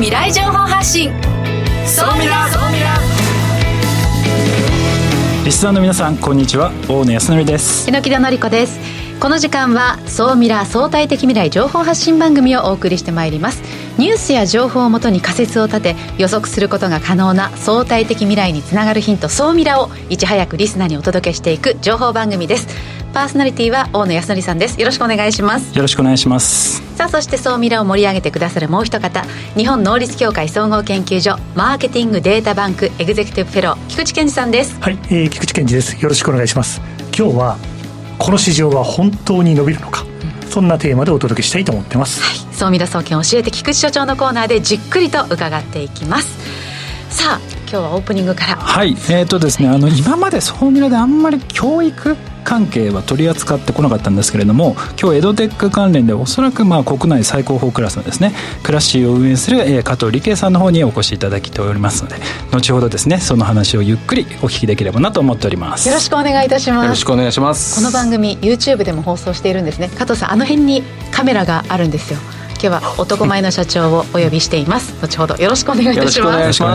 未来情報発信そうみら。 リスナーの皆さんこんにちは、大野康則です。 榎田紀子です。この時間は総ミラ相対的未来情報発信番組をお送りしてまいります。ニュースや情報をもとに仮説を立て予測することが可能な相対的未来につながるヒント、総ミラをいち早くリスナーにお届けしていく情報番組です。パーソナリティは大野康則さんです。よろしくお願いします。 よろしくお願いします。 さあ、そして総ミラを盛り上げてくださるもう一方、日本能率協会総合研究所マーケティングデータバンクエグゼクティブフェロー菊池健二さんです。 はい、菊池健二です。よろしくお願いします。今日はこの市場は本当に伸びるのか、そんなテーマでお届けしたいと思ってます。 はい、総ミラ総研教えて菊池所長のコーナーでじっくりと伺っていきます。さあ、今日はオープニングから。 はい、ですね、今まで総ミラであんまり教育関係は取り扱ってこなかったんですけれども、今日エドテック関連でおそらく国内最高峰クラスのですねクラッシーを運営する、加藤理恵さんの方にお越しいただきておりますので、後ほどですねその話をゆっくりお聞きできればなと思っております。 よろしくお願いいたします。 よろしくお願いします。 この番組 YouTube でも放送しているんですね。加藤さん、あの辺にカメラがあるんですよ。今日は男前の社長をお呼びしています。後ほどよろしくお願いいたします。 よろしくお願いします。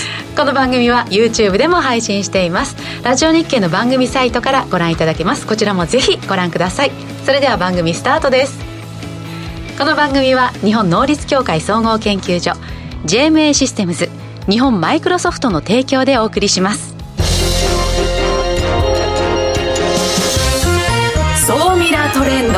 この番組は YouTube でも配信しています。ラジオ日経の番組サイトからご覧いただけます。こちらもぜひご覧ください。それでは番組スタートです。この番組は日本能率協会総合研究所 JMA システムズ、日本マイクロソフトの提供でお送りします。 総ミラトレンド。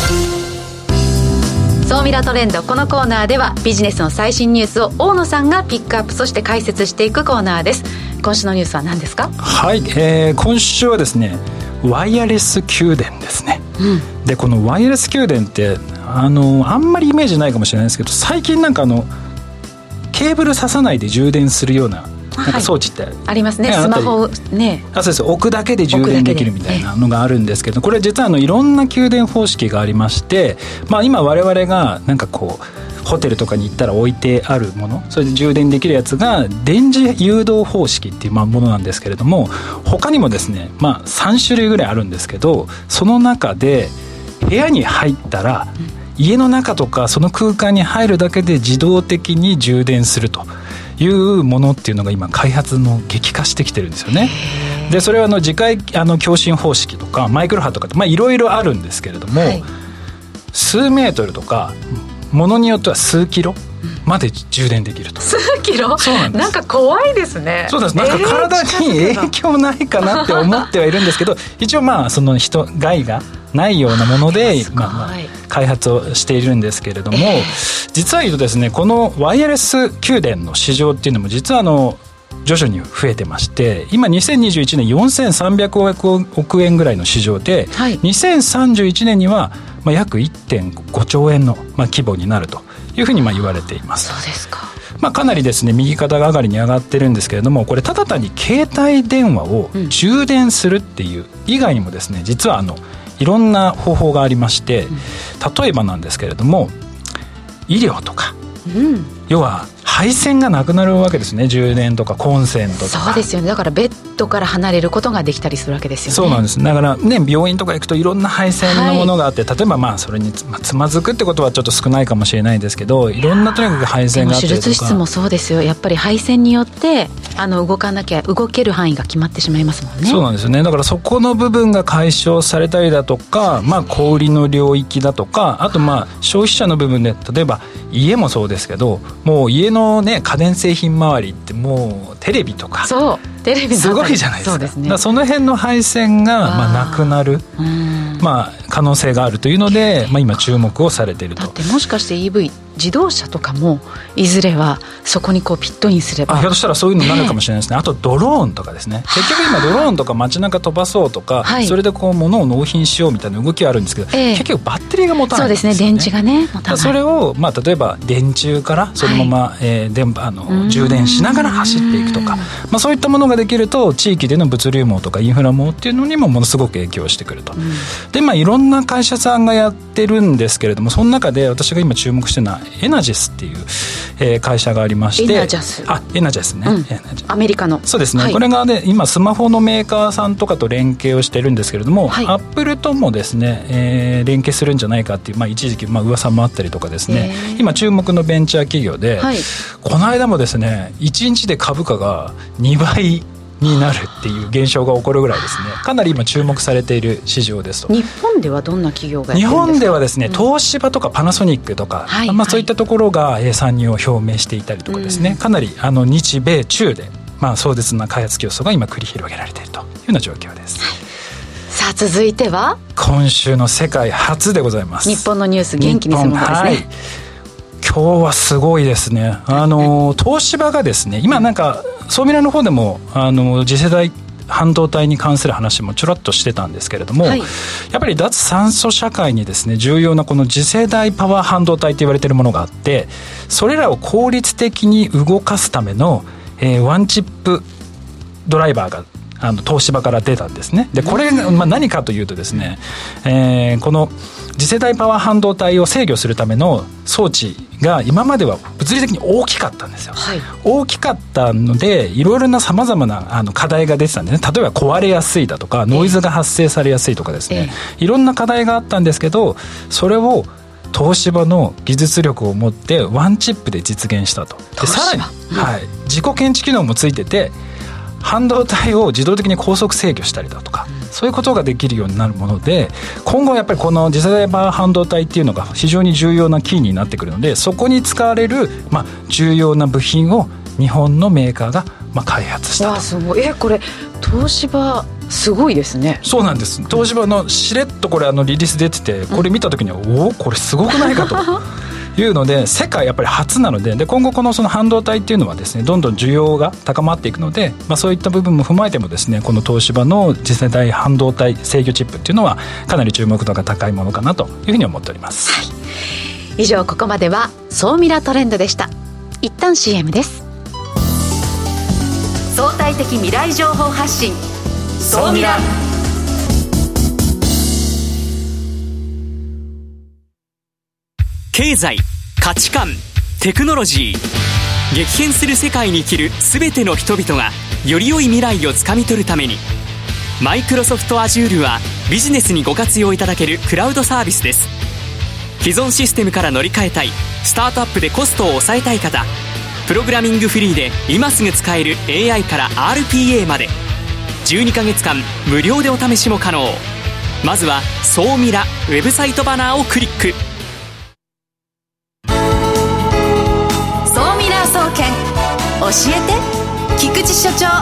総ミラトレンド、このコーナーではビジネスの最新ニュースを大野さんがピックアップ、そして解説していくコーナーです。今週のニュースは何ですか？ はい、今週はですねワイヤレス給電ですね、でこのワイヤレス給電ってあんまりイメージないかもしれないですけど、最近なんかケーブル挿さないで充電するようななんか装置ってありますね。スマホをね、 そうです、置くだけで充電できるみたいなのがあるんですけど、これ実はいろんな給電方式がありまして、今我々がなんかこうホテルとかに行ったら置いてあるもの、それで充電できるやつが電磁誘導方式っていうものなんですけれども、他にもですね、3種類ぐらいあるんですけど、その中で部屋に入ったら、家の中とかその空間に入るだけで自動的に充電するというものっていうのが今開発の激化してきてるんですよね。でそれは次回共振方式とかマイクロ波とかいろいろあるんですけれども、数メートルとかものによっては数キロまで充電できると。 数キロ？ そうなんです。 なんか怖いですね。 そうです。なんか体に影響ないかなって思ってはいるんですけど、一応その害がないようなもので開発をしているんですけれども、実は言うとですね、このワイヤレス給電の市場っていうのも実は徐々に増えてまして、今2021年4300億円ぐらいの市場で、2031年には約 1.5 兆円の規模になるというふうに言われています。 そうですか。 かなりですね右肩上がりに上がってるんですけれども、これただ単に携帯電話を充電するっていう以外にもですね、実はいろんな方法がありまして、例えばなんですけれども医療とか、要は配線がなくなるわけですね。充電とかコンセントとか。 そうですよね。だからベッドから離れることができたりするわけですよね。 そうなんです。だからね、病院とか行くといろんな配線のものがあって、例えばそれにつまずくってことはちょっと少ないかもしれないですけど、いろんなとにかく配線があったりとか。 手術室もそうですよ。やっぱり配線によって動ける範囲が決まってしまいますもんね。 そうなんですよね。だからそこの部分が解消されたりだとか、小売りの領域だとか、あと消費者の部分で、例えば家もそうですけど、もう家のね家電製品周りってもうテレビとか、 そうテレビすごいじゃないですか。 そうですね。 だからその辺の配線がなくなる可能性があるというので、今注目をされていると。 だってもしかして EV 自動車とかもいずれはそこにピットインすれば、 ひょっとしたらそういうのになるかもしれないですね。あとドローンとかですね。結局今ドローンとか街中飛ばそうとか、それで物を納品しようみたいな動きがあるんですけど、結局バッテリーが持たないんですよね。 そうですね、電池がね持たない。 それを例えば電柱からそのまま、充電しながら走っていくとか、そういったものができると地域での物流網とかインフラ網っていうのにもものすごく影響してくると。でいろんな会社さんがやってるんですけれども、その中で私が今注目してるのはエナジェスっていう、会社がありまして、 エナジャスね、 エナジェス、 アメリカの、 そうですね、これがね今スマホのメーカーさんとかと連携をしてるんですけれども、アップルともですね、連携するんじゃないかっていう、一時期噂もあったりとかですね、今注目のベンチャー企業で、この間もですね1日で株価が2倍になるっていう現象が起こるぐらいですね、かなり今注目されている市場ですと。 日本ではどんな企業がやってるんですか？ 日本ではですね、東芝とかパナソニックとか、そういったところが参入を表明していたりとかですね、かなり日米中で、壮絶な開発競争が今繰り広げられているというような状況です。 さあ続いては今週の世界初でございます。 日本のニュース元気にするものですね。 今日はすごいですね。東芝がですね、今なんか総ミラの方でも次世代半導体に関する話もちょろっとしてたんですけれども、やっぱり脱炭素社会にですね重要なこの次世代パワー半導体と言われているものがあって、それらを効率的に動かすための、ワンチップドライバーが東芝から出たんですね。でこれが、何かというとですね、この次世代パワー半導体を制御するための装置が今までは物理的に大きかったんですよ、大きかったのでいろいろなさまざまな課題が出てたんですね。例えば壊れやすいだとかノイズが発生されやすいとかですね、いろんな課題があったんですけど、それを東芝の技術力を持ってワンチップで実現したと。でさらに、自己検知機能もついてて、半導体を自動的に高速制御したりだとか、そういうことができるようになるもので、今後やっぱりこの次世代パワー半導体っていうのが非常に重要なキーになってくるので、そこに使われる、重要な部品を日本のメーカーが開発したと。 すごい。これ東芝すごいですね。 そうなんです。東芝のしれっとこれリリース出てて、これ見た時には、これすごくないかというので、世界やっぱり初なので、今後その半導体っていうのはですねどんどん需要が高まっていくので、そういった部分も踏まえてもですね、この東芝の次世代半導体制御チップっていうのはかなり注目度が高いものかなというふうに思っております。 以上、ここまでは総ミラトレンドでした。一旦 CM です。 相対的未来情報発信、総ミラ。 経済、価値観、テクノロジー、激変する世界に生きるすべての人々がより良い未来をつかみ取るために、マイクロソフト Azure はビジネスにご活用いただけるクラウドサービスです。既存システムから乗り換えたい、スタートアップでコストを抑えたい方、プログラミングフリーで今すぐ使える AI から RPA まで12ヶ月間無料でお試しも可能。まずは総ミラウェブサイトバナーをクリック。 総ミラ総研、教えて菊池所長。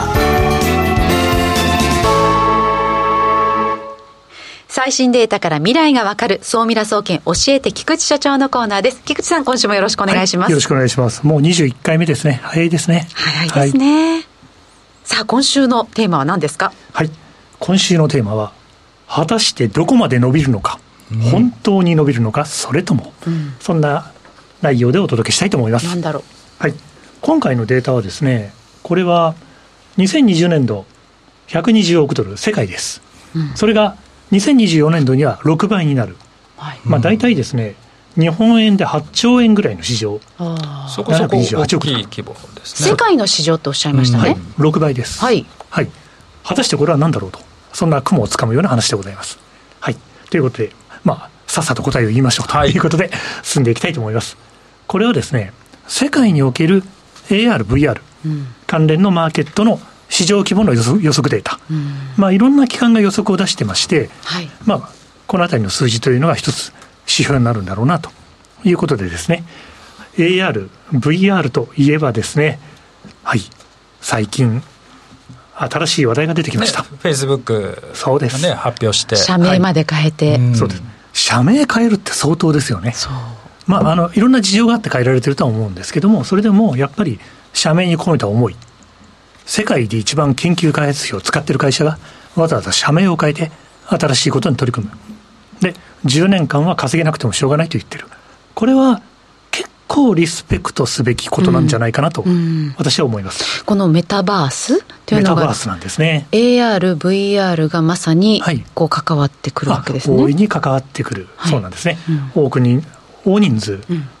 最新データから未来がわかる総ミラ総研教えて菊池所長のコーナーです。菊池さん、今週もよろしくお願いします。 よろしくお願いします。もう21回目ですね。早いですね。 早いですね、さあ、今週のテーマは何ですか？ 今週のテーマは、果たしてどこまで伸びるのか、本当に伸びるのか、それとも、そんな内容でお届けしたいと思います。 何だろう。 今回のデータはですね、これは2020年度120億ドル世界です、それが2024年度には6倍になる、大体ですね、日本円で8兆円ぐらいの市場、 そこそこ大きい規模ですね。 世界の市場とおっしゃいましたね、 6倍です。果たしてこれは何だろうと、そんな雲をつかむような話でございます。ということで、さっさと答えを言いましょうということで、進んでいきたいと思います。これはですね、世界における AR、VR、関連のマーケットの市場規模の予測データ、いろんな機関が予測を出してまして、このあたりの数字というのが一つ指標になるんだろうなということでですね、AR、VR といえばですね、最近新しい話題が出てきました。 Facebook が発表して社名まで変えて、 そうです。社名変えるって相当ですよね。いろんな事情があって変えられてるとは思うんですけども、それでもやっぱり社名に込めた思い、世界で一番研究開発費を使っている会社がわざわざ社名を変えて新しいことに取り組む。で、10年間は稼げなくてもしょうがないと言ってる。これは結構リスペクトすべきことなんじゃないかなと私は思います。 このメタバースというのがメタバースなんですね。 AR、VR がまさにこう関わってくるわけですね。 大いに関わってくる、そうなんですね。大人数、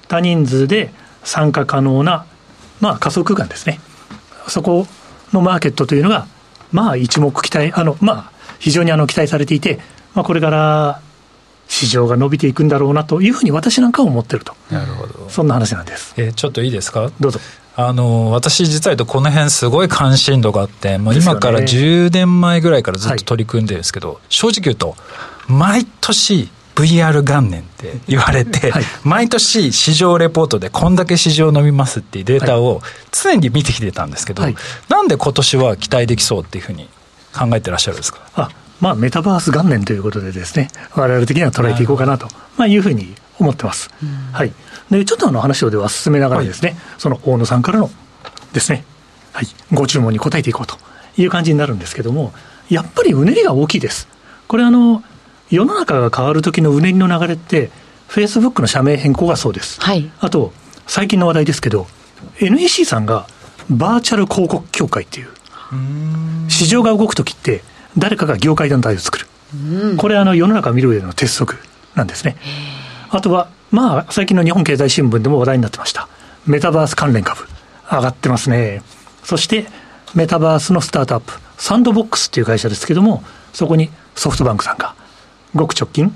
多人数で参加可能な、仮想空間ですね。そこのマーケットというのが、一目期待、非常に期待されていて、これから市場が伸びていくんだろうなというふうに私なんかは思っていると。 なるほど。 そんな話なんです。 ちょっといいですか。 どうぞ。 私実は言うとこの辺すごい関心度があって、もう今から10年前ぐらいからずっと取り組んでるんですけど、正直言うと毎年VR 元年って言われて、毎年市場レポートでこんだけ市場伸びますっていうデータを常に見てきてたんですけど、なんで今年は期待できそうっていうふうに考えてらっしゃるんですか。 メタバース元年ということでですね、我々的には捉えていこうかなと、いうふうに思ってます。でちょっと話をでは進めながらですね、その大野さんからのですね、ご注文に答えていこうという感じになるんですけども、やっぱりうねりが大きいです。これ世の中が変わる時のうねりの流れって、フェイスブックの社名変更がそうです。あと最近の話題ですけど、 NEC さんがバーチャル広告協会っていう、市場が動く時って誰かが業界団体を作る、これ世の中を見る上での鉄則なんですね。あとは最近の日本経済新聞でも話題になってましたメタバース関連株上がってますね。そしてメタバースのスタートアップサンドボックスっていう会社ですけども、そこにソフトバンクさんがごく直近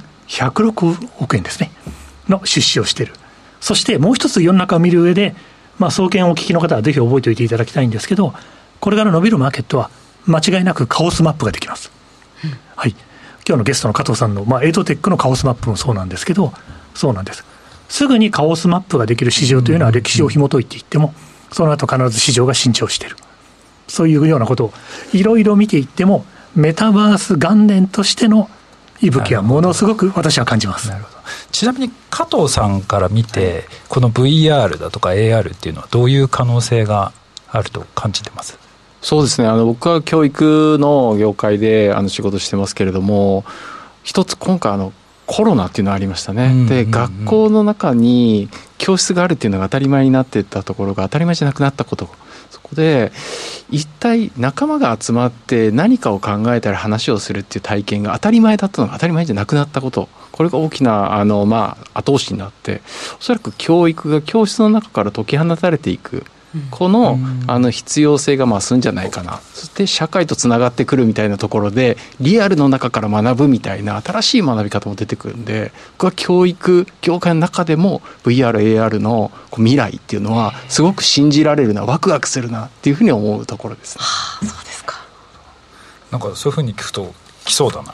106億円ですねの出資をしている。そしてもう一つ世の中を見る上で、総研をお聞きの方はぜひ覚えておいていただきたいんですけど、これから伸びるマーケットは間違いなくカオスマップができます。今日のゲストの加藤さんの、エイトテックのカオスマップもそうなんですけど、そうなんです。すぐにカオスマップができる市場というのは歴史を紐解いていっても、その後必ず市場が伸長している。そういうようなことをいろいろ見ていっても、メタバース元年としての息吹はものすごく私は感じます。 なるほど。ちなみに加藤さんから見て、この VR だとか AR っていうのはどういう可能性があると感じてます？ そうですね、僕は教育の業界で仕事してますけれども、一つ今回コロナっていうのがありましたね。で、学校の中に教室があるっていうのが当たり前になっていったところが当たり前じゃなくなったこと、そこで一体仲間が集まって何かを考えたり話をするっていう体験が当たり前だったのが当たり前じゃなくなったこと、これが大きな後押しになって、おそらく教育が教室の中から解き放たれていく、この必要性が増すんじゃないかな。そして社会とつながってくるみたいなところで、リアルの中から学ぶみたいな新しい学び方も出てくるんで、僕は教育業界の中でも VR、AR の未来っていうのはすごく信じられるな、ワクワクするなっていうふうに思うところですね。 そうですか。 なんかそういうふうに聞くと来そうだな。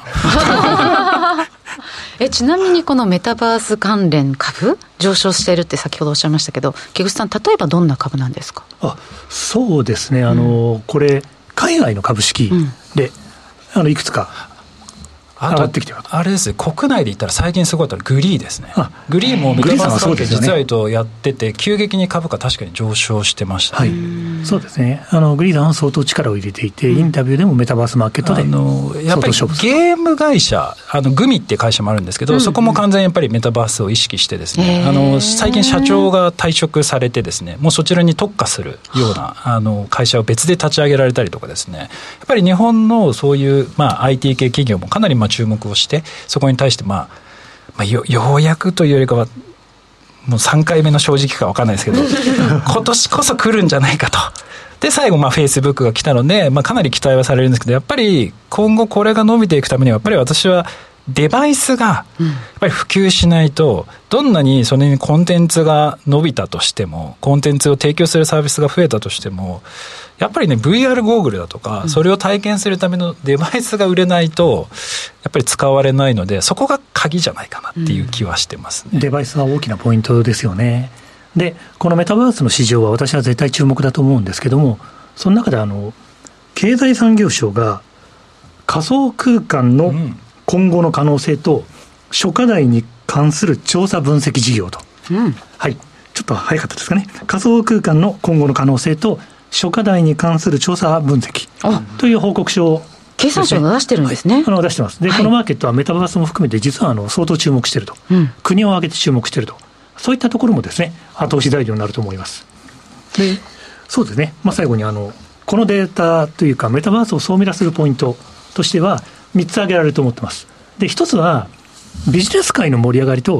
ちなみにこのメタバース関連株上昇しているって先ほどおっしゃいましたけど、木口さん、例えばどんな株なんですか？ そうですね、これ海外の株式で、いくつか上がってきてます。 あれですね、国内で言ったら最近すごいったらグリーですね。グリーもメタバース関係実は言うとやってて、急激に株価確かに上昇してました、 そうですね。グリーさんは相当力を入れていて、インタビューでもメタバースマーケットでやっぱりゲーム会社グミっていう会社もあるんですけど、そこも完全にやっぱりメタバースを意識してですね、最近社長が退職されてですね、もうそちらに特化するような会社を別で立ち上げられたりとかですね、やっぱり日本のそういう、IT 系企業もかなり注目をして、そこに対してようやくというよりかはもう3回目の正直か分かんないですけど今年こそ来るんじゃないかと。で最後フェイスブックが来たので、かなり期待はされるんですけど、やっぱり今後これが伸びていくためにはやっぱり私はデバイスがやっぱり普及しないと、どんなにそれにコンテンツが伸びたとしても、コンテンツを提供するサービスが増えたとしても、やっぱりね VR ゴーグルだとかそれを体験するためのデバイスが売れないとやっぱり使われないので、そこが鍵じゃないかなっていう気はしてますね。 デバイスは大きなポイントですよね。でこのメタバースの市場は私は絶対注目だと思うんですけども、その中で経済産業省が仮想空間の今後の可能性と諸課題に関する調査分析事業と、ちょっと早かったですかね。仮想空間の今後の可能性と諸課題に関する調査分析という報告書を、 経産省が出してるんですね。 出してます。で、このマーケットはメタバースも含めて実は相当注目していると、国を挙げて注目していると、そういったところもですね、後押し材料になると思います。で、そうですね、最後にこのデータというかメタバースを総ミラするポイントとしては3つ挙げられると思ってます。で、1つはビジネス界の盛り上がりと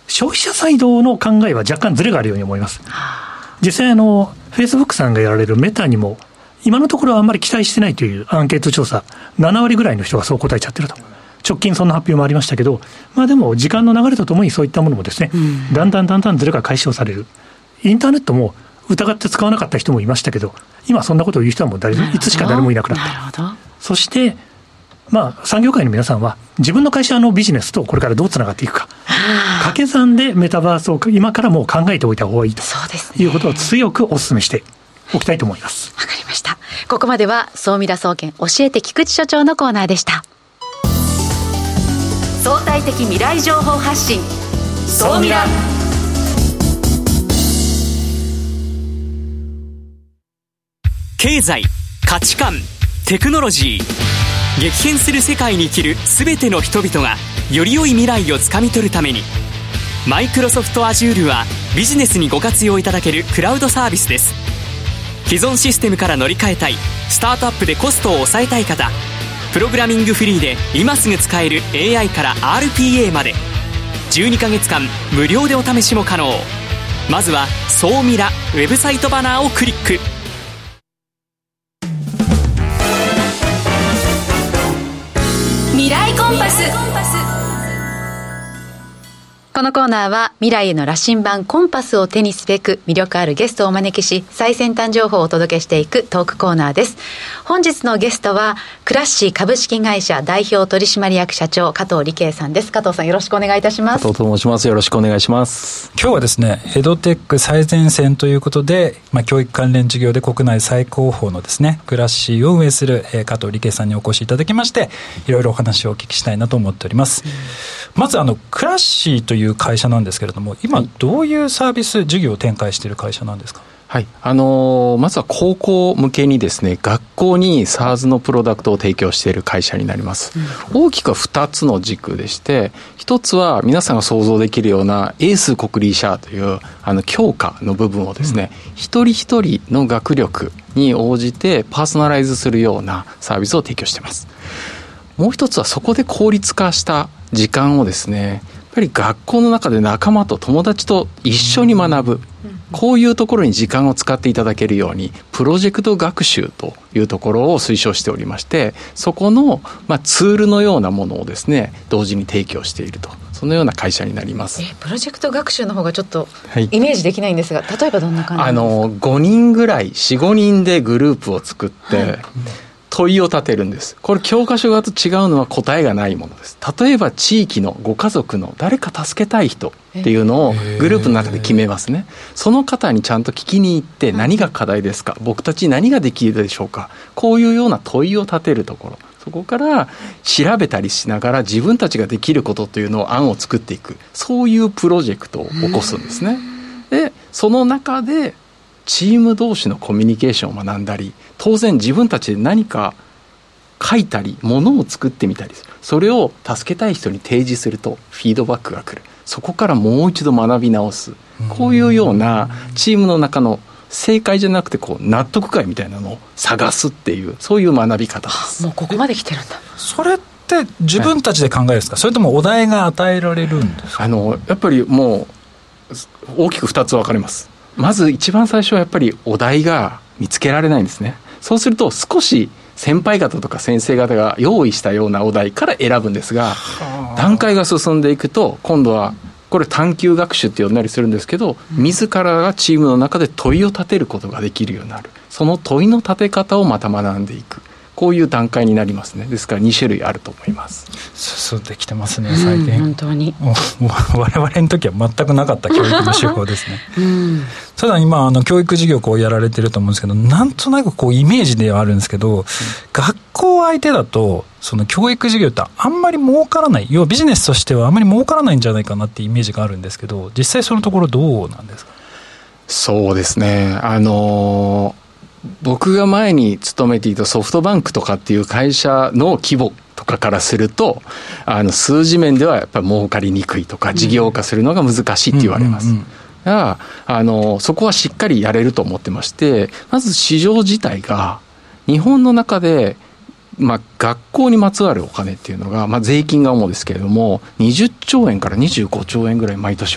消費者サイドの考えは若干ズレがあるように思います。実際Facebook さんがやられるメタにも今のところはあんまり期待してないというアンケート調査、7割ぐらいの人がそう答えちゃってると。直近そんな発表もありましたけど、でも時間の流れとともにそういったものもですね、だんだんズレが解消される。インターネットも疑って使わなかった人もいましたけど、今そんなことを言う人はもういつしか誰もいなくなった。そして産業界の皆さんは自分の会社のビジネスとこれからどうつながっていくか、掛け算でメタバースを今からもう考えておいた方がいいということを強くお勧めしておきたいと思います。 わかりました。ここまでは総ミラ総研教えて菊池所長のコーナーでした。 相対的未来情報発信、総ミラ。 経済、価値観、テクノロジー、激変する世界に生きる全ての人々がより良い未来をつかみ取るために、マイクロソフト Azure はビジネスにご活用いただけるクラウドサービスです。既存システムから乗り換えたい、スタートアップでコストを抑えたい方、プログラミングフリーで今すぐ使える AI から RPA まで12ヶ月間無料でお試しも可能。まずは総ミラウェブサイトバナーをクリック。 未来コンパス。 このコーナーは未来への羅針盤コンパスを手にすべく魅力あるゲストをお招きし、最先端情報をお届けしていくトークコーナーです。本日のゲストはクラッシー株式会社代表取締役社長加藤理恵さんです。加藤さん、よろしくお願いいたします。 加藤と申します。よろしくお願いします。 今日はですね、エドテック最前線ということで、教育関連事業で国内最高峰のですねクラッシーを運営する、加藤理恵さんにお越しいただきまして、いろいろお話をお聞きしたいなと思っております。まずクラッシーという会社なんですけれども、今どういうサービス事業を展開している会社なんですか？ はい、まずは高校向けにですね、学校に SaaS のプロダクトを提供している会社になります。大きくは2つの軸でして、1つは皆さんが想像できるような英数国理社という教科の部分をですね、一人一人の学力に応じてパーソナライズするようなサービスを提供しています。もう一つはそこで効率化した時間をですね、やっぱり学校の中で仲間と友達と一緒に学ぶ、こういうところに時間を使っていただけるようにプロジェクト学習というところを推奨しておりまして、そこの、ツールのようなものをですね同時に提供していると、そのような会社になります。 プロジェクト学習の方がちょっとイメージできないんですが、例えばどんな感じですか？ 5人ぐらい 4,5 人でグループを作って、問いを立てるんです。これ教科書側と違うのは答えがないものです。例えば地域のご家族の誰か助けたい人っていうのをグループの中で決めますね。その方にちゃんと聞きに行って、何が課題ですか、僕たちに何ができるでしょうか、こういうような問いを立てるところ、そこから調べたりしながら自分たちができることというのを案を作っていく、そういうプロジェクトを起こすんですね。でその中でチーム同士のコミュニケーションを学んだり、当然自分たちで何か書いたり物を作ってみたりする、それを助けたい人に提示するとフィードバックが来る、そこからもう一度学び直す、こういうようなチームの中の正解じゃなくて納得感みたいなのを探すっていう、そういう学び方です。 もうここまで来てるんだ。 それって自分たちで考えるんですか、それともお題が与えられるんですか？ やっぱりもう大きく2つ分かれます。まず一番最初はやっぱりお題が見つけられないんですね。そうすると少し先輩方とか先生方が用意したようなお題から選ぶんですが、段階が進んでいくと今度はこれ探究学習って呼んだりするんですけど、自らがチームの中で問いを立てることができるようになる、その問いの立て方をまた学んでいく、こういう段階になりますね。ですから2種類あると思います。 進んできてますね最近。 本当に我々の時は全くなかった教育の手法ですね。ただ今教育事業をやられてると思うんですけど、なんとなくイメージではあるんですけど、学校相手だとその教育事業ってあんまり儲からない、要はビジネスとしてはあんまり儲からないんじゃないかなっていうイメージがあるんですけど、実際そのところどうなんですか？ そうですね、僕が前に勤めていたソフトバンクとかっていう会社の規模とかからすると、数字面ではやっぱり儲かりにくいとか事業化するのが難しいって言われます。そこはしっかりやれると思ってまして、まず市場自体が日本の中で学校にまつわるお金っていうのが、税金が主ですけれども20兆円から25兆円ぐらい毎年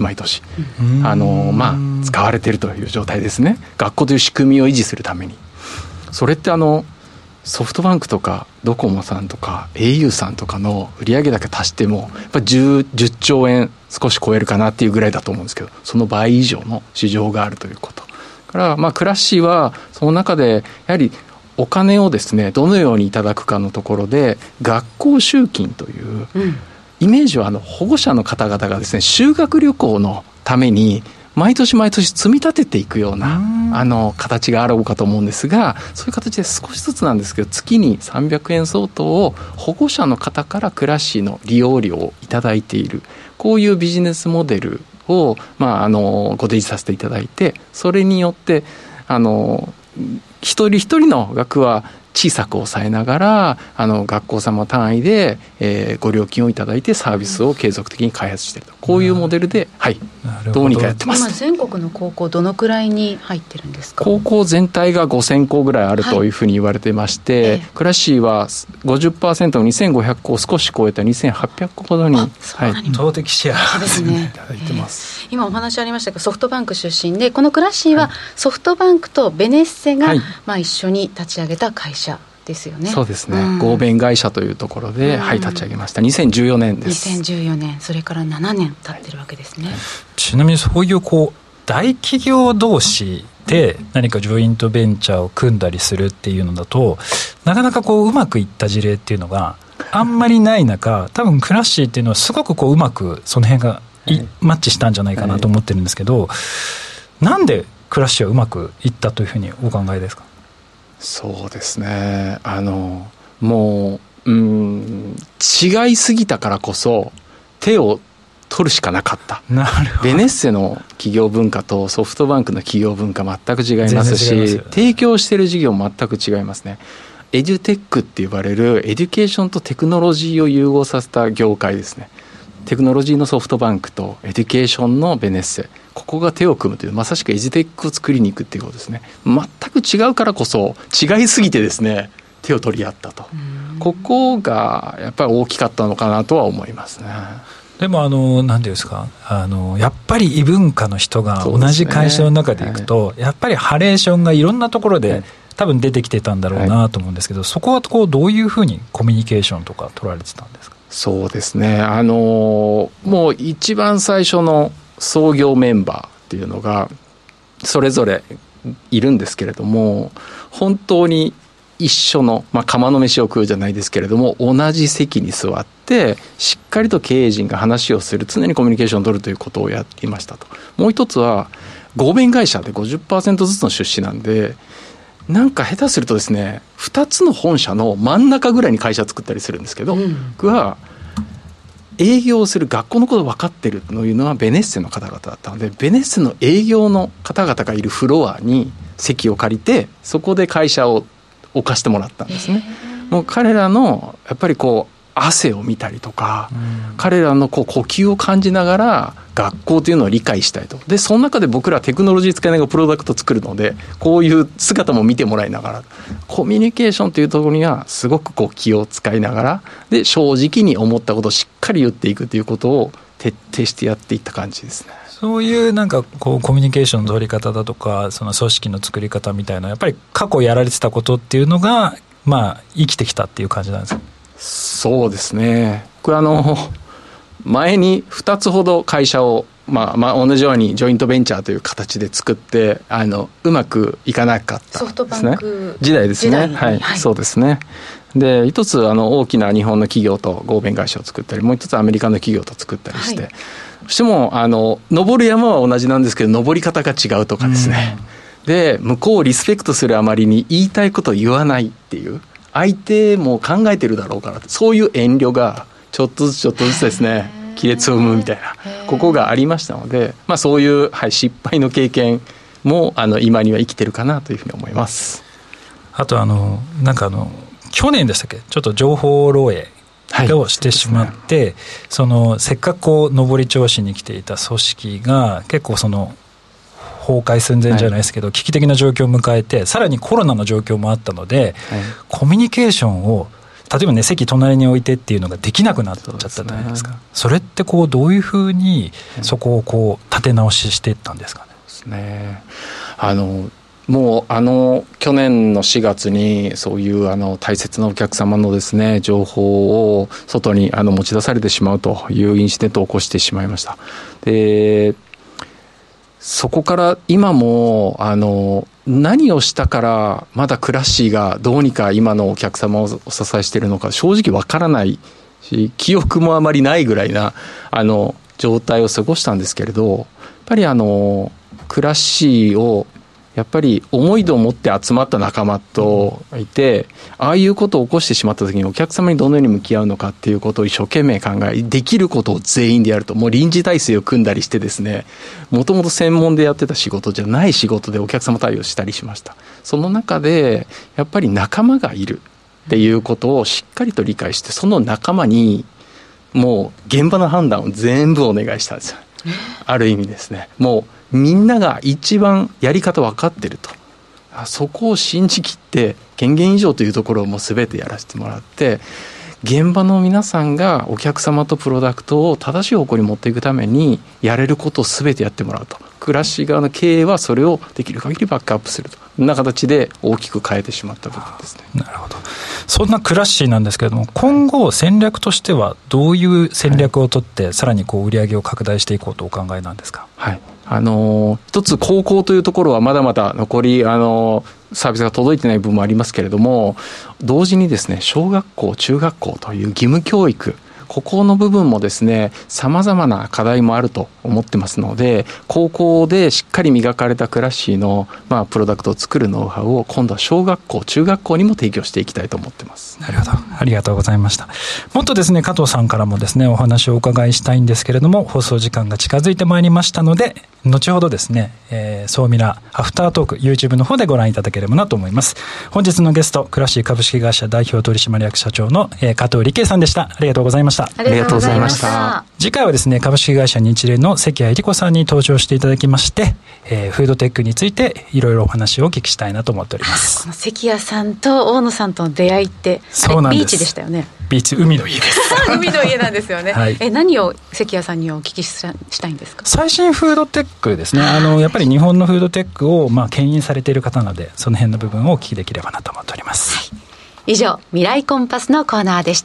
使われているという状態ですね。学校という仕組みを維持するために。それってソフトバンクとかドコモさんとか au さんとかの売上だけ足してもやっぱり 10兆円少し超えるかなっていうぐらいだと思うんですけど、その倍以上の市場があるということから、クラッシーはその中でやはりお金をですねどのようにいただくかのところで学校集金というイメージは保護者の方々がですね修学旅行のために毎年積み立てていくような形があろうかと思うんですが、そういう形で少しずつなんですけど月に300円相当を保護者の方からクラッシーの利用料をいただいている、こういうビジネスモデルを、ご提示させていただいて、それによって一人一人の額は小さく抑えながら学校様単位で、ご料金をいただいてサービスを継続的に開発していると、こういうモデルで、どうにかやってます。 今全国の高校どのくらいに入ってるんですか？ 高校全体が5000校ぐらいあるというふうに言われていまして、クラッシーは 50% の2500校を少し超えた2800校ほどに圧倒的シェアですね。 いただいてます。 今お話ありましたけどソフトバンク出身で、このクラッシーはソフトバンクとベネッセが、一緒に立ち上げた会社ですよね。 そうですね、合弁会社というところで、立ち上げました。2014年です。 2014年、それから7年経ってるわけですね。 ちなみにそういう大企業同士で何かジョイントベンチャーを組んだりするっていうのだと、なかなかうまくいった事例っていうのがあんまりない中、多分クラッシーっていうのはすごくうまくその辺がマッチしたんじゃないかなと思ってるんですけど、なんでクラッシーはうまくいったというふうにお考えですか？ そうですね、もう違いすぎたからこそ手を取るしかなかった。 なるほど。 ベネッセの企業文化とソフトバンクの企業文化全く違いますし、提供している事業も全く違いますね。エデュテックって呼ばれるエデュケーションとテクノロジーを融合させた業界ですね。テクノロジーのソフトバンクとエデュケーションのベネッセ、ここが手を組むという、まさしくエデュテックを作りに行くっていうことですね。全く違うからこそ違いすぎてですね手を取り合ったと、ここがやっぱり大きかったのかなとは思いますね。 でも何ていうんですか、やっぱり異文化の人が同じ会社の中でいくと、やっぱりハレーションがいろんなところで多分出てきてたんだろうなと思うんですけど、そこはどういうふうにコミュニケーションとか取られてたんですか？ そうですね、もう一番最初の創業メンバーっていうのがそれぞれいるんですけれども、本当に一緒の、釜の飯を食うじゃないですけれども、同じ席に座ってしっかりと経営陣が話をする、常にコミュニケーションを取るということをやっていましたと。もう一つは合弁会社で 50% ずつの出資なんで、なんか下手するとですね2つの本社の真ん中ぐらいに会社作ったりするんですけど、僕は営業をする学校のことを分かってるというのはベネッセの方々だったので、ベネッセの営業の方々がいるフロアに席を借りて、そこで会社を置かしてもらったんですね。もう彼らのやっぱり汗を見たりとか、彼らの呼吸を感じながら学校というのを理解したいと。でその中で僕らテクノロジー使いながらプロダクト作るので、こういう姿も見てもらいながらコミュニケーションというところにはすごく気を使いながら、で正直に思ったことをしっかり言っていくということを徹底してやっていった感じですね。 そういうコミュニケーションの取り方だとか、その組織の作り方みたいな、やっぱり過去やられてたことっていうのが生きてきたっていう感じなんですか？ そうですね、これ前に2つほど会社を、同じようにジョイントベンチャーという形で作ってうまくいかなかったですね。ソフトバンク時代ですね。そうですね。で一つ大きな日本の企業と合弁会社を作ったり、もう一つアメリカの企業と作ったりして、どうしても登る山は同じなんですけど登り方が違うとかですね、で向こうをリスペクトするあまりに言いたいことを言わないっていう、相手も考えてるだろうから、そういう遠慮がちょっとずつですね亀裂を生むみたいなここがありましたので、そういう、失敗の経験も今には生きてるかなというふうに思います。 あと去年でしたっけ、ちょっと情報漏洩をしてしまって、せっかく上り調子に来ていた組織が結構崩壊寸前じゃないですけど、危機的な状況を迎えて、さらにコロナの状況もあったので、コミュニケーションを例えばね席隣に置いてっていうのができなくなっちゃったじゃないですか。それってこうどういうふうにそこをこう立て直ししていったんですかね。 ですね。もう去年の4月にそういう大切なお客様のですね情報を外に持ち出されてしまうというインシデントを起こしてしまいました。でそこから今も何をしたからまだクラッシーがどうにか今のお客様をお支えしているのか正直わからないし、記憶もあまりないぐらいな状態を過ごしたんですけれど、やっぱりクラッシーをやっぱり思いと思って集まった仲間といて、ああいうことを起こしてしまった時にお客様にどのように向き合うのかっていうことを一生懸命考え、できることを全員でやると、もう臨時体制を組んだりしてですね、もともと専門でやってた仕事じゃない仕事でお客様対応したりしました。その中でやっぱり仲間がいるっていうことをしっかりと理解して、その仲間にもう現場の判断を全部お願いしたんですよ。ある意味ですね、もうみんなが一番やり方分かってると、そこを信じきって権限以上というところをもう全てやらせてもらって、現場の皆さんがお客様とプロダクトを正しい方向に持っていくためにやれることを全てやってもらうと。クラッシー側の経営はそれをできる限りバックアップすると、こんな形で大きく変えてしまった部分ですね。 なるほど。そんなクラッシーなんですけれども、今後戦略としてはどういう戦略を取ってさらにこう売り上げを拡大していこうとお考えなんですか。 はい、一つ高校というところはまだまだ残りサービスが届いてない部分もありますけれども、同時にですね小学校中学校という義務教育、ここの部分もですね様々な課題もあると思ってますので、高校でしっかり磨かれたクラッシーのプロダクトを作るノウハウを今度は小学校中学校にも提供していきたいと思ってます。 なるほど、ありがとうございました。もっとですね加藤さんからもですねお話をお伺いしたいんですけれども、放送時間が近づいてまいりましたので、後ほどですね、ソーミラアフタートーク YouTube の方でご覧いただければなと思います。本日のゲスト、クラッシー株式会社代表取締役社長の、加藤理恵さんでした。ありがとうございました。 ありがとうございました。 次回はですね株式会社日霊の関谷恵理子さんに登場していただきまして、フードテックについていろいろお話をお聞きしたいなと思っております。 この関谷さんと大野さんとの出会いって、 そうなんです。 ビーチでしたよね。 ビーチ、海の家です海の家なんですよね、はい、何を関谷さんにお聞きしたいんですか。 最新フードテックですね。やっぱり日本のフードテックを牽引されている方なので、その辺の部分をお聞きできればなと思っております、はい、 以上未来コンパスのコーナーでした。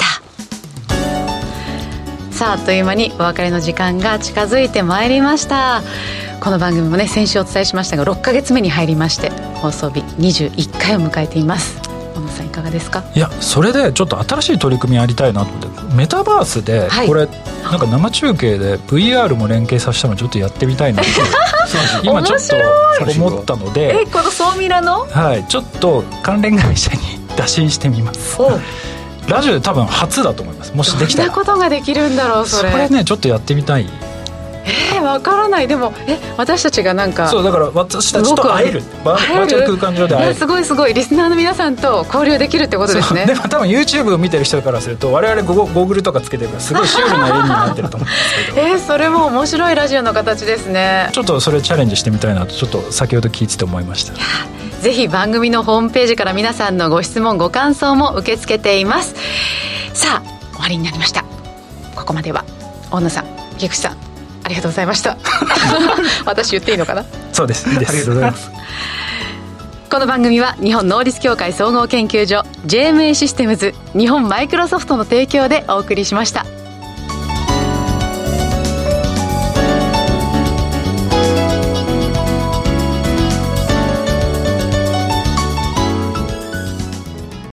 さあ、あっという間にお別れの時間が近づいてまいりました。この番組もね先週お伝えしましたが6ヶ月目に入りまして、放送日21回を迎えています。小野さんいかがですか。 いや、それでちょっと新しい取り組みやりたいなと思って、メタバースでこれ、なんか生中継で VR も連携させたのちょっとやってみたいなって今ちょっと思ったので、 このソーミラの、 はい、ちょっと関連会社に打診してみます。ラジオで多分初だと思います。もしできたらどんなことができるんだろう。それねちょっとやってみたい。 わからない。でも私たちがなんか、 そうだから私たちと会えるバーチャル空間上で会える。 すごいすごい、リスナーの皆さんと交流できるってことですね。 でも多分 YouTube を見てる人からすると、我々ゴーグルとかつけてるからすごいシュールな絵になってると思うんですけどそれも面白いラジオの形ですね。 ちょっとそれチャレンジしてみたいなとちょっと先ほど聞いてて思いました。 ぜひ番組のホームページから皆さんのご質問ご感想も受け付けています。さあ終わりになりました。ここまでは大野さん、菊池さん、ありがとうございました私言っていいのかな。 そうです、いいです。ありがとうございますこの番組は日本能率協会総合研究所 JMA システムズ、日本マイクロソフトの提供でお送りしました。